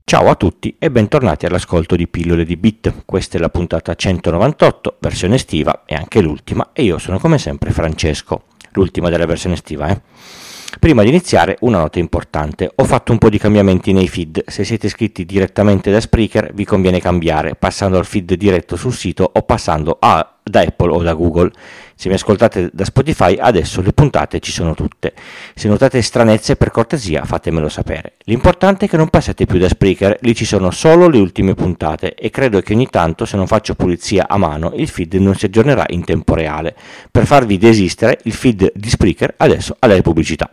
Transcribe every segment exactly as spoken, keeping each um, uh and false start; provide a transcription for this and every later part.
Ciao a tutti e bentornati all'ascolto di Pillole di Bit. Questa è la puntata centonovantotto, versione estiva e anche l'ultima, e io sono come sempre Francesco, l'ultima della versione estiva, eh. Prima di iniziare una nota importante: ho fatto un po' di cambiamenti nei feed. Se siete iscritti direttamente da Spreaker vi conviene cambiare passando al feed diretto sul sito o passando a, da Apple o da Google. Se mi ascoltate da Spotify adesso le puntate ci sono tutte. Se notate stranezze, per cortesia fatemelo sapere. L'importante è che non passate più da Spreaker, lì ci sono solo le ultime puntate e credo che ogni tanto, se non faccio pulizia a mano, il feed non si aggiornerà in tempo reale. Per farvi desistere, il feed di Spreaker adesso ha le pubblicità.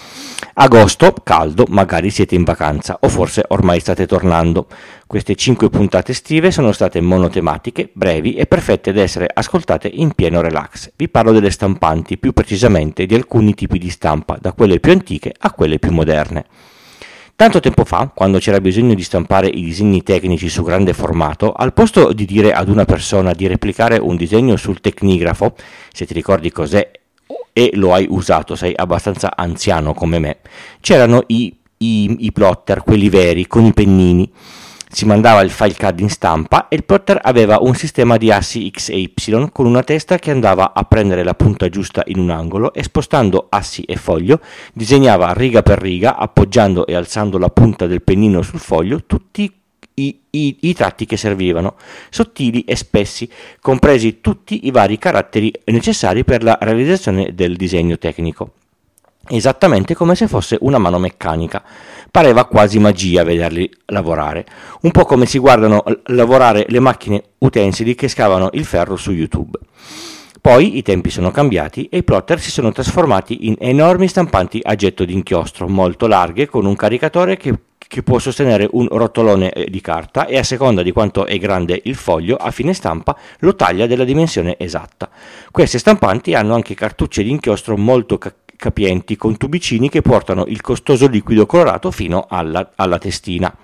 Agosto, caldo, magari siete in vacanza o forse ormai state tornando. Queste cinque puntate estive sono state monotematiche, brevi e perfette ad essere ascoltate in pieno relax. Vi parlo delle stampanti, più precisamente di alcuni tipi di stampa, da quelle più antiche a quelle più moderne. Tanto tempo fa, quando c'era bisogno di stampare i disegni tecnici su grande formato, al posto di dire ad una persona di replicare un disegno sul tecnigrafo, se ti ricordi cos'è e lo hai usato, sei abbastanza anziano come me, c'erano i, i, i plotter, quelli veri, con i pennini. Si mandava il file C A D in stampa e il plotter aveva un sistema di assi X e Y con una testa che andava a prendere la punta giusta in un angolo e, spostando assi e foglio, disegnava riga per riga, appoggiando e alzando la punta del pennino sul foglio tutti I, i, i tratti che servivano, sottili e spessi, compresi tutti i vari caratteri necessari per la realizzazione del disegno tecnico. Esattamente come se fosse una mano meccanica. Pareva quasi magia vederli lavorare, un po' come si guardano lavorare le macchine utensili che scavano il ferro su YouTube. Poi i tempi sono cambiati e i plotter si sono trasformati in enormi stampanti a getto d'inchiostro, molto larghe, con un caricatore che che può sostenere un rotolone di carta e, a seconda di quanto è grande il foglio a fine stampa, lo taglia della dimensione esatta. Queste stampanti hanno anche cartucce di inchiostro molto ca- capienti con tubicini che portano il costoso liquido colorato fino alla, alla testina.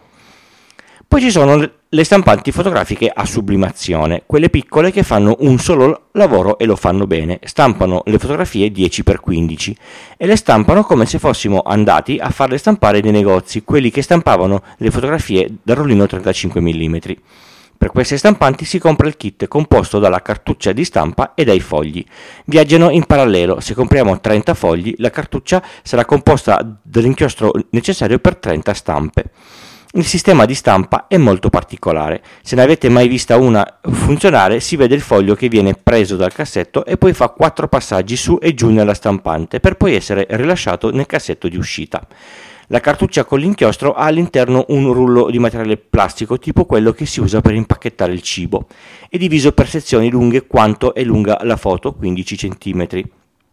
Poi ci sono le, le stampanti fotografiche a sublimazione, quelle piccole che fanno un solo lavoro e lo fanno bene. Stampano le fotografie dieci per quindici e le stampano come se fossimo andati a farle stampare nei negozi, quelli che stampavano le fotografie dal rollino trentacinque millimetri. Per queste stampanti si compra il kit composto dalla cartuccia di stampa e dai fogli. Viaggiano in parallelo: se compriamo trenta fogli, la cartuccia sarà composta dall'inchiostro necessario per trenta stampe. Il sistema di stampa è molto particolare. Se ne avete mai vista una funzionare, si vede il foglio che viene preso dal cassetto e poi fa quattro passaggi su e giù nella stampante per poi essere rilasciato nel cassetto di uscita. La cartuccia con l'inchiostro ha all'interno un rullo di materiale plastico tipo quello che si usa per impacchettare il cibo. È diviso per sezioni lunghe quanto è lunga la foto, quindici centimetri.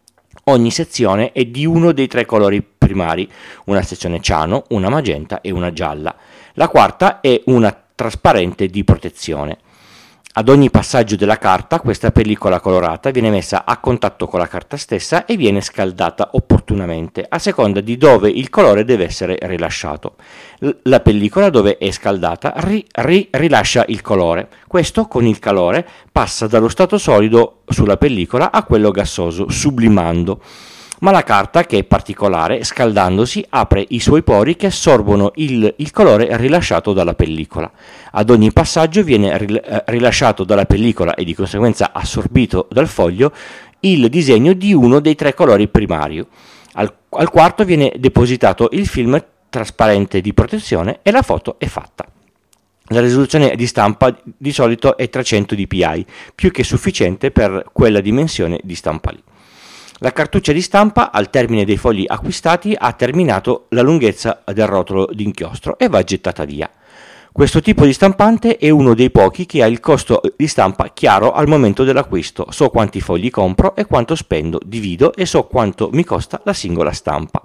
Ogni sezione è di uno dei tre colori primari, una sezione ciano, una magenta e una gialla. La quarta è una trasparente di protezione. Ad ogni passaggio della carta questa pellicola colorata viene messa a contatto con la carta stessa e viene scaldata opportunamente, a seconda di dove il colore deve essere rilasciato. La pellicola, dove è scaldata, ri, ri, rilascia il colore. Questo, con il calore, passa dallo stato solido sulla pellicola a quello gassoso, sublimando. Ma la carta, che è particolare, scaldandosi apre i suoi pori che assorbono il, il colore rilasciato dalla pellicola. Ad ogni passaggio viene ril- rilasciato dalla pellicola e di conseguenza assorbito dal foglio il disegno di uno dei tre colori primari. Al, al quarto viene depositato il film trasparente di protezione e la foto è fatta. La risoluzione di stampa di solito è trecento dpi, più che sufficiente per quella dimensione di stampa lì. La cartuccia di stampa, al termine dei fogli acquistati, ha terminato la lunghezza del rotolo d'inchiostro e va gettata via. Questo tipo di stampante è uno dei pochi che ha il costo di stampa chiaro al momento dell'acquisto. So quanti fogli compro e quanto spendo, divido e so quanto mi costa la singola stampa.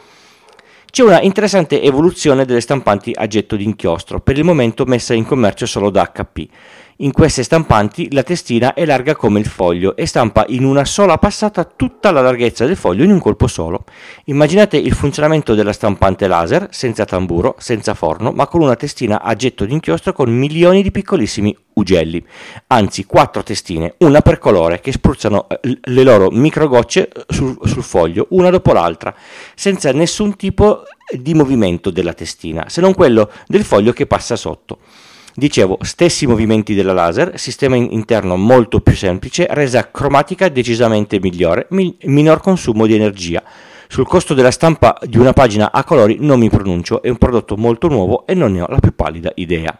C'è una interessante evoluzione delle stampanti a getto d'inchiostro, per il momento messa in commercio solo da acca pi. In queste stampanti la testina è larga come il foglio e stampa in una sola passata tutta la larghezza del foglio in un colpo solo. Immaginate il funzionamento della stampante laser, senza tamburo, senza forno, ma con una testina a getto d'inchiostro con milioni di piccolissimi ugelli, anzi quattro testine, una per colore, che spruzzano le loro microgocce sul, sul foglio, una dopo l'altra, senza nessun tipo di movimento della testina, se non quello del foglio che passa sotto. Dicevo, stessi movimenti della laser, sistema interno molto più semplice, resa cromatica decisamente migliore, mi- minor consumo di energia. Sul costo della stampa di una pagina a colori non mi pronuncio, è un prodotto molto nuovo e non ne ho la più pallida idea.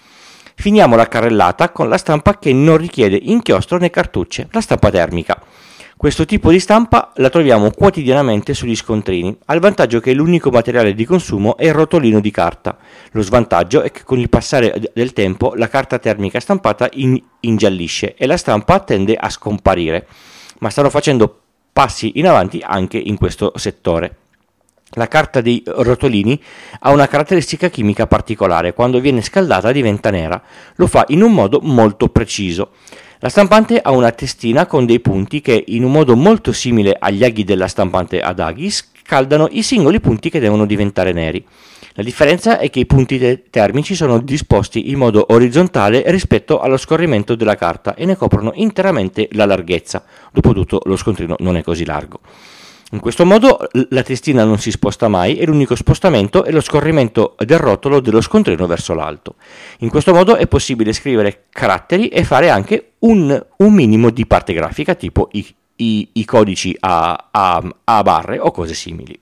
Finiamo la carrellata con la stampa che non richiede inchiostro né cartucce, la stampa termica. Questo tipo di stampa la troviamo quotidianamente sugli scontrini, ha il vantaggio che l'unico materiale di consumo è il rotolino di carta. Lo svantaggio è che con il passare del tempo la carta termica stampata in- ingiallisce e la stampa tende a scomparire, ma stanno facendo passi in avanti anche in questo settore. La carta dei rotolini ha una caratteristica chimica particolare, quando viene scaldata diventa nera, lo fa in un modo molto preciso. La stampante ha una testina con dei punti che, in un modo molto simile agli aghi della stampante ad aghi, scaldano i singoli punti che devono diventare neri. La differenza è che i punti te- termici sono disposti in modo orizzontale rispetto allo scorrimento della carta e ne coprono interamente la larghezza. Dopotutto lo scontrino non è così largo. In questo modo la testina non si sposta mai e l'unico spostamento è lo scorrimento del rotolo dello scontrino verso l'alto. In questo modo è possibile scrivere caratteri e fare anche un, un minimo di parte grafica, tipo i, i, i codici a, a, a barre o cose simili.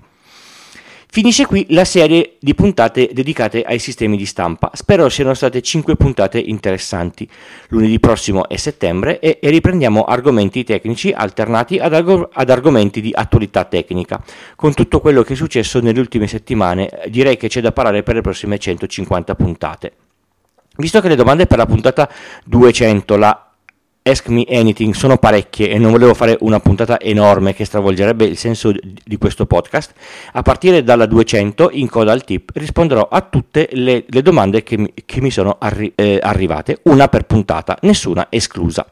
Finisce qui la serie di puntate dedicate ai sistemi di stampa. Spero siano state cinque puntate interessanti. Lunedì prossimo è settembre e, e riprendiamo argomenti tecnici alternati ad, arg- ad argomenti di attualità tecnica. Con tutto quello che è successo nelle ultime settimane, direi che c'è da parlare per le prossime centocinquanta puntate. Visto che le domande per la puntata duecento, la Ask Me Anything, sono parecchie e non volevo fare una puntata enorme che stravolgerebbe il senso di questo podcast, a partire dalla duecento in coda al tip risponderò a tutte le, le domande che mi, che mi sono arri- eh, arrivate, una per puntata, nessuna esclusa.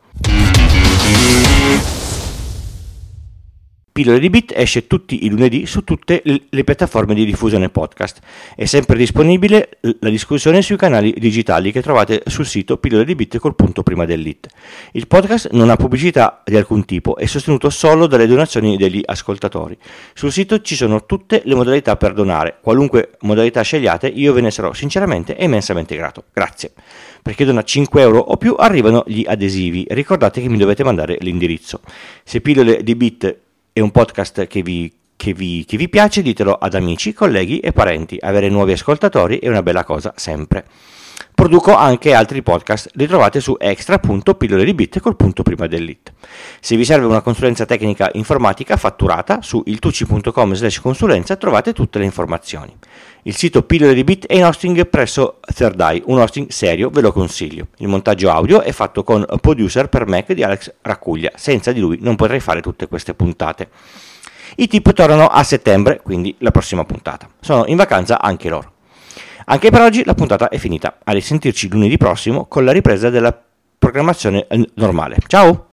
Pillole di Bit esce tutti i lunedì su tutte le piattaforme di diffusione podcast. È sempre disponibile la discussione sui canali digitali che trovate sul sito Pillole di Bit col punto prima dell'it. Il podcast non ha pubblicità di alcun tipo, è sostenuto solo dalle donazioni degli ascoltatori. Sul sito ci sono tutte le modalità per donare. Qualunque modalità scegliate, io ve ne sarò sinceramente e immensamente grato. Grazie. Per chi dona cinque euro o più arrivano gli adesivi. Ricordate che mi dovete mandare l'indirizzo. Se Pillole di Bit è un podcast che vi, che, vi, che vi piace, ditelo ad amici, colleghi e parenti. Avere nuovi ascoltatori è una bella cosa sempre. Produco anche altri podcast, li trovate su extra punto pillole di bit col punto prima dell'it. Se vi serve una consulenza tecnica informatica fatturata, su iltucci punto com slash consulenza trovate tutte le informazioni. Il sito Pillole di Bit è in hosting presso Third Eye, un hosting serio, ve lo consiglio. Il montaggio audio è fatto con Producer per Mac di Alex Raccuglia, senza di lui non potrei fare tutte queste puntate. I tip tornano a settembre, quindi la prossima puntata. Sono in vacanza anche loro. Anche per oggi la puntata è finita. A risentirci lunedì prossimo con la ripresa della programmazione normale. Ciao!